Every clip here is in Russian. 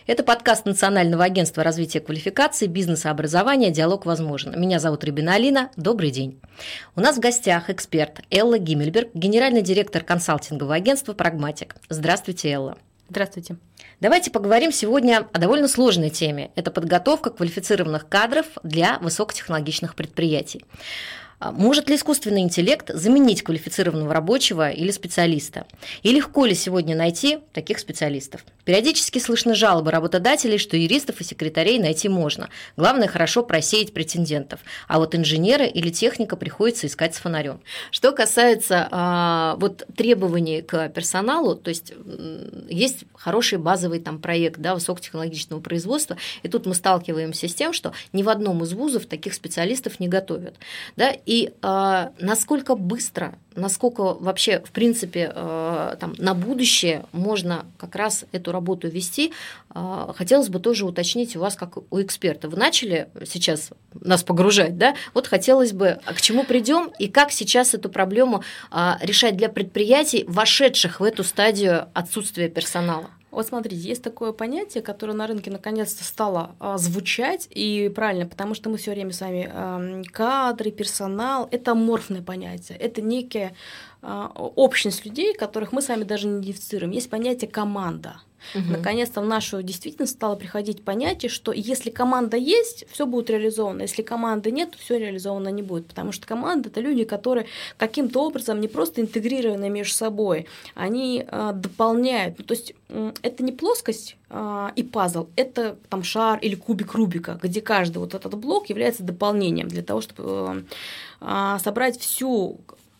Это подкаст Национального агентства развития квалификации, бизнеса, образования «Диалог возможен». Меня зовут Рябина Алина. Добрый день. У нас в гостях эксперт Элла Гиммельберг, генеральный директор консалтингового агентства «Прагматик». Здравствуйте, Элла. Здравствуйте. Давайте поговорим сегодня о довольно сложной теме. Это подготовка квалифицированных кадров для высокотехнологичных предприятий. Может ли искусственный интеллект заменить квалифицированного рабочего или специалиста? И легко ли сегодня найти таких специалистов? Периодически слышны жалобы работодателей, что юристов и секретарей найти можно. Главное, хорошо просеять претендентов. А вот инженера или техника приходится искать с фонарем. Что касается требований к персоналу, то есть есть хороший базовый проект высокотехнологичного производства, и тут мы сталкиваемся с тем, что ни в одном из вузов таких специалистов не готовят. И насколько быстро, насколько вообще, в принципе, на будущее можно как раз эту работу вести, хотелось бы тоже уточнить у вас, как у эксперта. Вы начали сейчас нас погружать, да? Вот хотелось бы, к чему придем и как сейчас эту проблему решать для предприятий, вошедших в эту стадию отсутствия персонала? Вот смотрите, есть такое понятие, которое на рынке наконец-то стало звучать, и правильно, потому что мы все время с вами кадры, персонал, это аморфное понятие, это некая общность людей, которых мы с вами даже не идентифицируем. Есть понятие команда. Наконец-то в нашу действительность стало приходить понятие, что если команда есть, все будет реализовано. Если команды нет, то все реализовано не будет. Потому что команда — это люди, которые каким-то образом не просто интегрированы между собой, они дополняют. То есть это не плоскость и пазл, это шар или кубик Рубика, где каждый вот этот блок является дополнением для того, чтобы собрать всю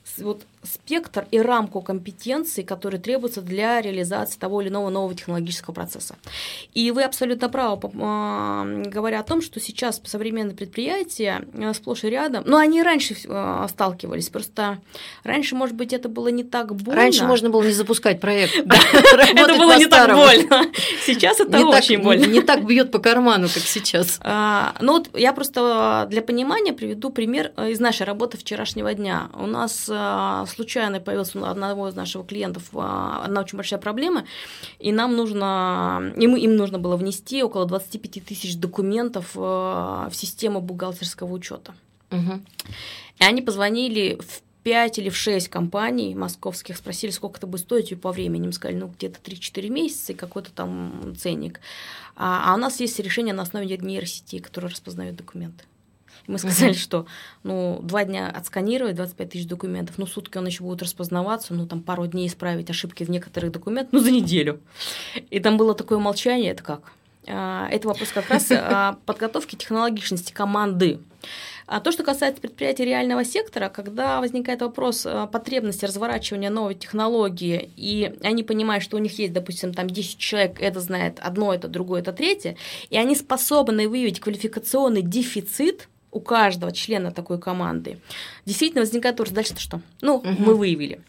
спектр и рамку компетенций, которые требуются для реализации того или иного нового технологического процесса. И вы абсолютно правы, говоря о том, что сейчас современные предприятия сплошь и рядом, они раньше сталкивались, просто раньше, может быть, это было не так больно. Раньше можно было не запускать проект. Это было не так больно. Сейчас это очень больно. Не так бьет по карману, как сейчас. Я просто для понимания приведу пример из нашей работы вчерашнего дня. У нас случайно появилась у одного из наших клиентов одна очень большая проблема, и им нужно было внести около 25 тысяч документов в систему бухгалтерского учета. И они позвонили в 5 или в 6 компаний московских, спросили, сколько это будет стоить, и по времени им сказали, где-то 3-4 месяца и какой-то там ценник. А у нас есть решение на основе нейросети, которое распознает документы. Мы сказали, что 2 дня отсканировать 25 тысяч документов, сутки он еще будет распознаваться, пару дней исправить ошибки в некоторых документах, за неделю. И там было такое молчание, это как? Это вопрос как раз подготовки технологичности команды. А то, что касается предприятий реального сектора, когда возникает вопрос потребности разворачивания новой технологии, и они понимают, что у них есть, допустим, 10 человек, это знает одно, это другое, это третье, и они способны выявить квалификационный дефицит у каждого члена такой команды, действительно возникает вопрос, дальше-то что? Мы выявили.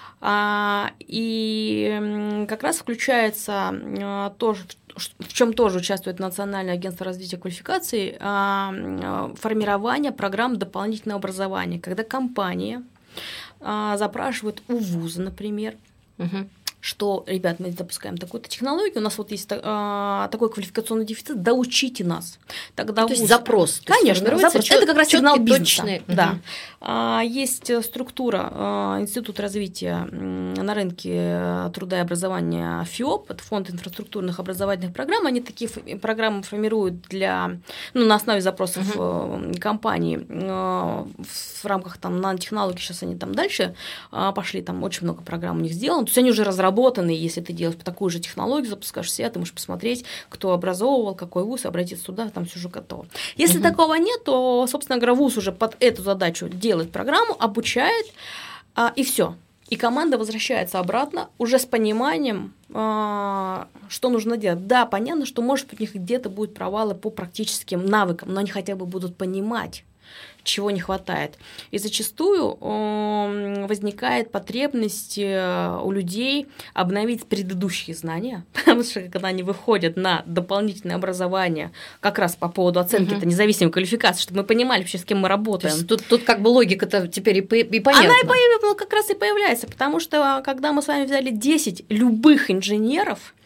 И как раз включается то, в чем тоже участвует Национальное агентство развития квалификации, формирование программ дополнительного образования, когда компания запрашивает у вуза, например, что, ребят, мы запускаем такую-то технологию, у нас есть такой квалификационный дефицит, доучите нас. Тогда то есть запрос. Конечно, запрос. Это как раз сигнал бизнеса. Да. Есть структура Институт развития на рынке труда и образования ФИОП, это Фонд инфраструктурных образовательных программ, они такие программы формируют на основе запросов компаний в рамках нанотехнологий, сейчас они дальше пошли, очень много программ у них сделано, то есть они уже разработаны, если ты делаешь такую же технологию, запускаешь себя, ты можешь посмотреть, кто образовывал, какой вуз, обратиться туда, там все уже готово. Если такого нет, то, собственно говоря, вуз уже под эту задачу делает программу, обучает, и все. И команда возвращается обратно уже с пониманием, что нужно делать. Да, понятно, что, может быть, у них где-то будут провалы по практическим навыкам, но они хотя бы будут понимать, чего не хватает. И зачастую возникает потребность у людей обновить предыдущие знания, потому что когда они выходят на дополнительное образование, как раз по поводу оценки независимой квалификации, чтобы мы понимали вообще, с кем мы работаем. Тут как бы логика-то теперь и понятна. Как раз и появляется, потому что когда мы с вами взяли 10 любых инженеров,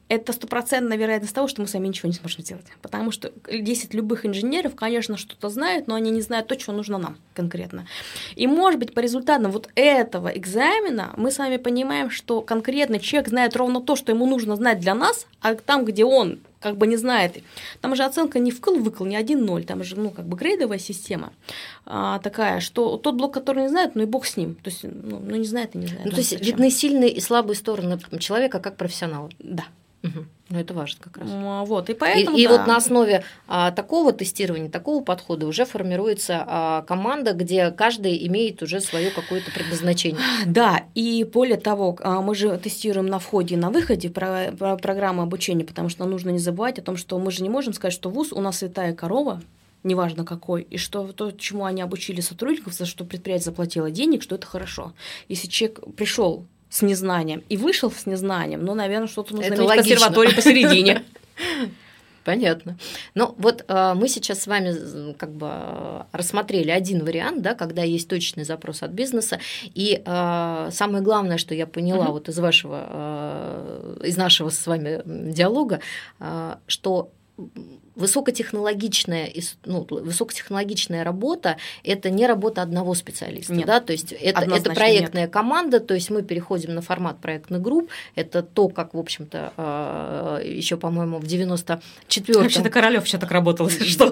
это 100% вероятность того, что мы сами ничего не сможем сделать. Потому что 10 любых инженеров, конечно, что-то знают, но они не знают то, что нужно нам конкретно. И, может быть, по результатам вот этого экзамена мы с вами понимаем, что конкретно человек знает ровно то, что ему нужно знать для нас, а там, где он как бы не знает, там же оценка не вкл-выкл, не 1-0, там же, ну, как бы грейдовая система такая, что тот блок, который не знает, ну и бог с ним, то есть, ну не знает и не знает. Ну, то есть видны сильные и слабые стороны человека как профессионала. Да. Угу. Ну, это важно как раз. Вот, и поэтому, и да. вот на основе такого тестирования, такого подхода уже формируется команда, где каждый имеет уже свое какое-то предназначение. Да, и более того, мы же тестируем на входе и на выходе программы обучения, потому что нужно не забывать о том, что мы же не можем сказать, что вуз у нас святая корова, неважно какой, и что то, чему они обучили сотрудников, за что предприятие заплатило денег, что это хорошо. Если человек пришел с незнанием и вышел с незнанием, ну, наверное, что-то нужно иметь в консерватории посередине. Понятно. Ну, вот мы сейчас с вами как бы рассмотрели один вариант, да, когда есть точный запрос от бизнеса, и самое главное, что я поняла вот из нашего с вами диалога, что высокотехнологичная работа – это не работа одного специалиста. Нет, да? То есть это проектная команда, то есть мы переходим на формат проектных групп. Это то, как, в общем-то, еще, по-моему, в 94-м… Вообще-то Королёв еще так работал, если что.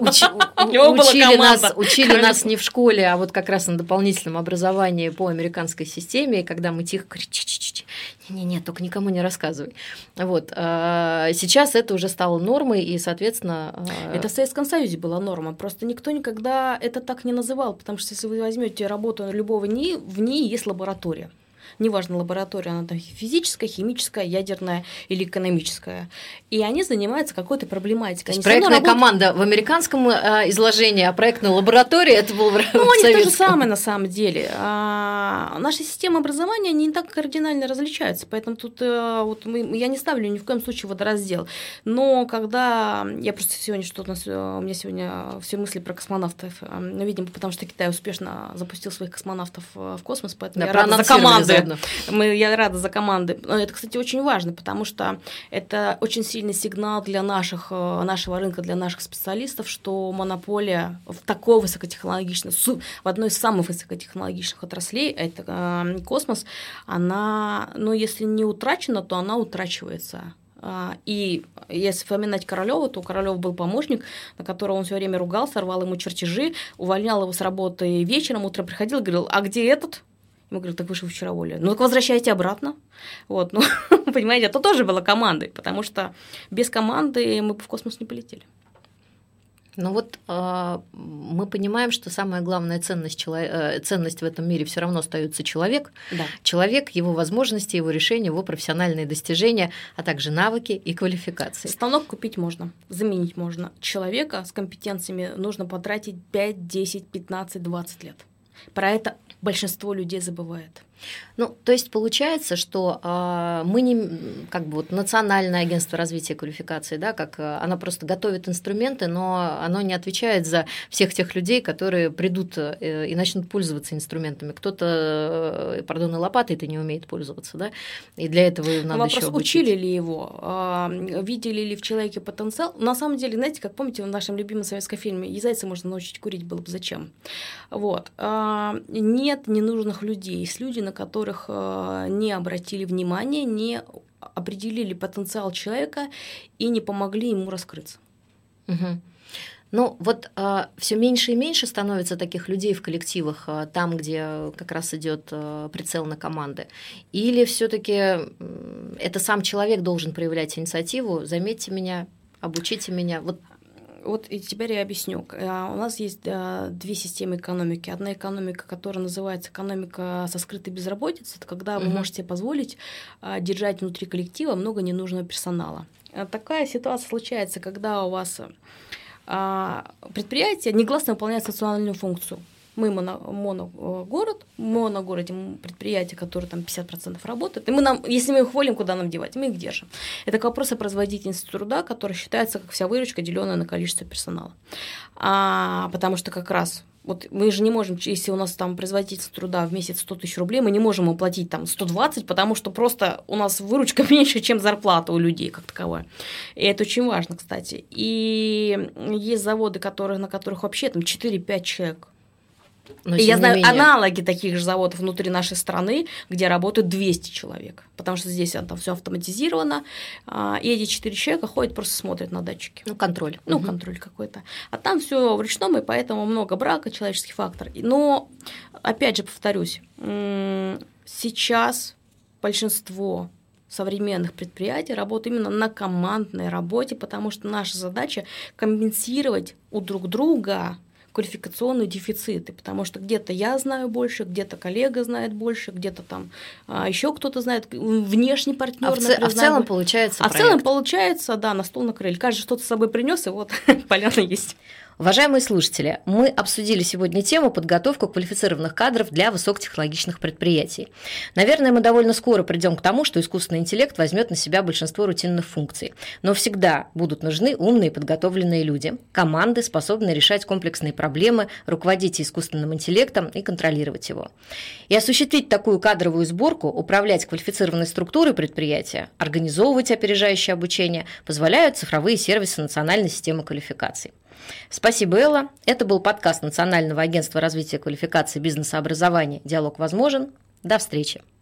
Учили нас не в школе, а вот как раз на дополнительном образовании по американской системе, и когда мы тихо говорим: не-не-не, только никому не рассказывай. Вот. Сейчас это уже стало нормой, и, соответственно… Это в Советском Союзе была норма, просто никто никогда это так не называл, потому что если вы возьмете работу любого НИИ, в НИИ есть лаборатория. Неважно, лаборатория, она там физическая, химическая, ядерная или экономическая. И они занимаются какой-то проблематикой. То есть проектная команда в американском изложении, а проектная лаборатория это было в советском. Ну, они то же самое на самом деле. Наши системы образования не так кардинально различаются, поэтому тут вот я не ставлю ни в коем случае водораздел. Но когда я просто сегодня у меня сегодня все мысли про космонавтов, ну, видимо, потому что Китай успешно запустил своих космонавтов в космос, поэтому я рада за команды. Я рада за команды. Это, кстати, очень важно, потому что это очень сильный сигнал для нашего рынка, для наших специалистов, что монополия в такой высокотехнологичной, в одной из самых высокотехнологичных отраслей, это космос, она, ну, если не утрачена, то она утрачивается. И если вспоминать Королёва, то у Королёва был помощник, на которого он все время ругался, рвал ему чертежи, увольнял его с работы вечером, утром приходил и говорил: а где этот? Мы говорим: так вы же вчера уволили. Ну, так возвращайте обратно. Вот, ну, понимаете, это тоже было командой, потому что без команды мы бы в космос не полетели. Ну вот мы понимаем, что самая главная ценность в этом мире все равно остается человек. Да. Человек, его возможности, его решения, его профессиональные достижения, а также навыки и квалификации. Станок купить можно, заменить можно. Человека с компетенциями нужно потратить 5, 10, 15, 20 лет. Про это большинство людей забывает. Ну, то есть получается, что мы не как бы вот Национальное агентство развития квалификации, да, как она просто готовит инструменты, но оно не отвечает за всех тех людей, которые придут и начнут пользоваться инструментами. Кто-то, пардон, и лопатой-то не умеет пользоваться, да, и для этого надо еще обучить. Учили ли его, видели ли в человеке потенциал? На самом деле, знаете, как помните в нашем любимом советском фильме «И зайца можно научить курить, было бы зачем?». Вот. Нет ненужных людей, есть люди, на которых не обратили внимания, не определили потенциал человека и не помогли ему раскрыться. Угу. Ну вот все меньше и меньше становится таких людей в коллективах, там, где как раз идет прицел на команды. Или все-таки это сам человек должен проявлять инициативу: заметьте меня, обучите меня. Вот и теперь я объясню. У нас есть две системы экономики. Одна экономика, которая называется экономика со скрытой безработицей, это когда вы можете позволить держать внутри коллектива много ненужного персонала. Такая ситуация случается, когда у вас предприятие негласно выполняет социальную функцию. Мы моногород, в моногороде предприятие, которое там 50% работает, и если мы их уволим, куда нам девать? Мы их держим. Это вопрос о производительности труда, который считается как вся выручка, деленная на количество персонала. Потому что как раз вот мы же не можем, если у нас там производительность труда в месяц 100 тысяч рублей, мы не можем оплатить там 120, потому что просто у нас выручка меньше, чем зарплата у людей как таковая. И это очень важно, кстати. И есть заводы, на которых вообще там 4-5 человек. И я знаю аналоги таких же заводов внутри нашей страны, где работают 200 человек, потому что здесь там все автоматизировано, и эти 4 человека ходят, просто смотрят на датчики. Контроль. Контроль какой-то. А там все в ручном, и поэтому много брака, человеческий фактор. Но, опять же, повторюсь, сейчас большинство современных предприятий работают именно на командной работе, потому что наша задача компенсировать у друг друга квалификационные дефициты, потому что где-то я знаю больше, где-то коллега знает больше, где-то там еще кто-то знает, внешний партнер. В целом получается проект. В целом получается, да, на стол накрыли. Каждый что-то с собой принес, и вот поляна есть. Уважаемые слушатели, мы обсудили сегодня тему подготовку квалифицированных кадров для высокотехнологичных предприятий. Наверное, мы довольно скоро придем к тому, что искусственный интеллект возьмет на себя большинство рутинных функций. Но всегда будут нужны умные и подготовленные люди, команды, способные решать комплексные проблемы, руководить искусственным интеллектом и контролировать его. И осуществить такую кадровую сборку, управлять квалифицированной структурой предприятия, организовывать опережающее обучение позволяют цифровые сервисы национальной системы квалификаций. Спасибо, Элла. Это был подкаст Национального агентства развития квалификации бизнеса и образования «Диалог возможен». До встречи.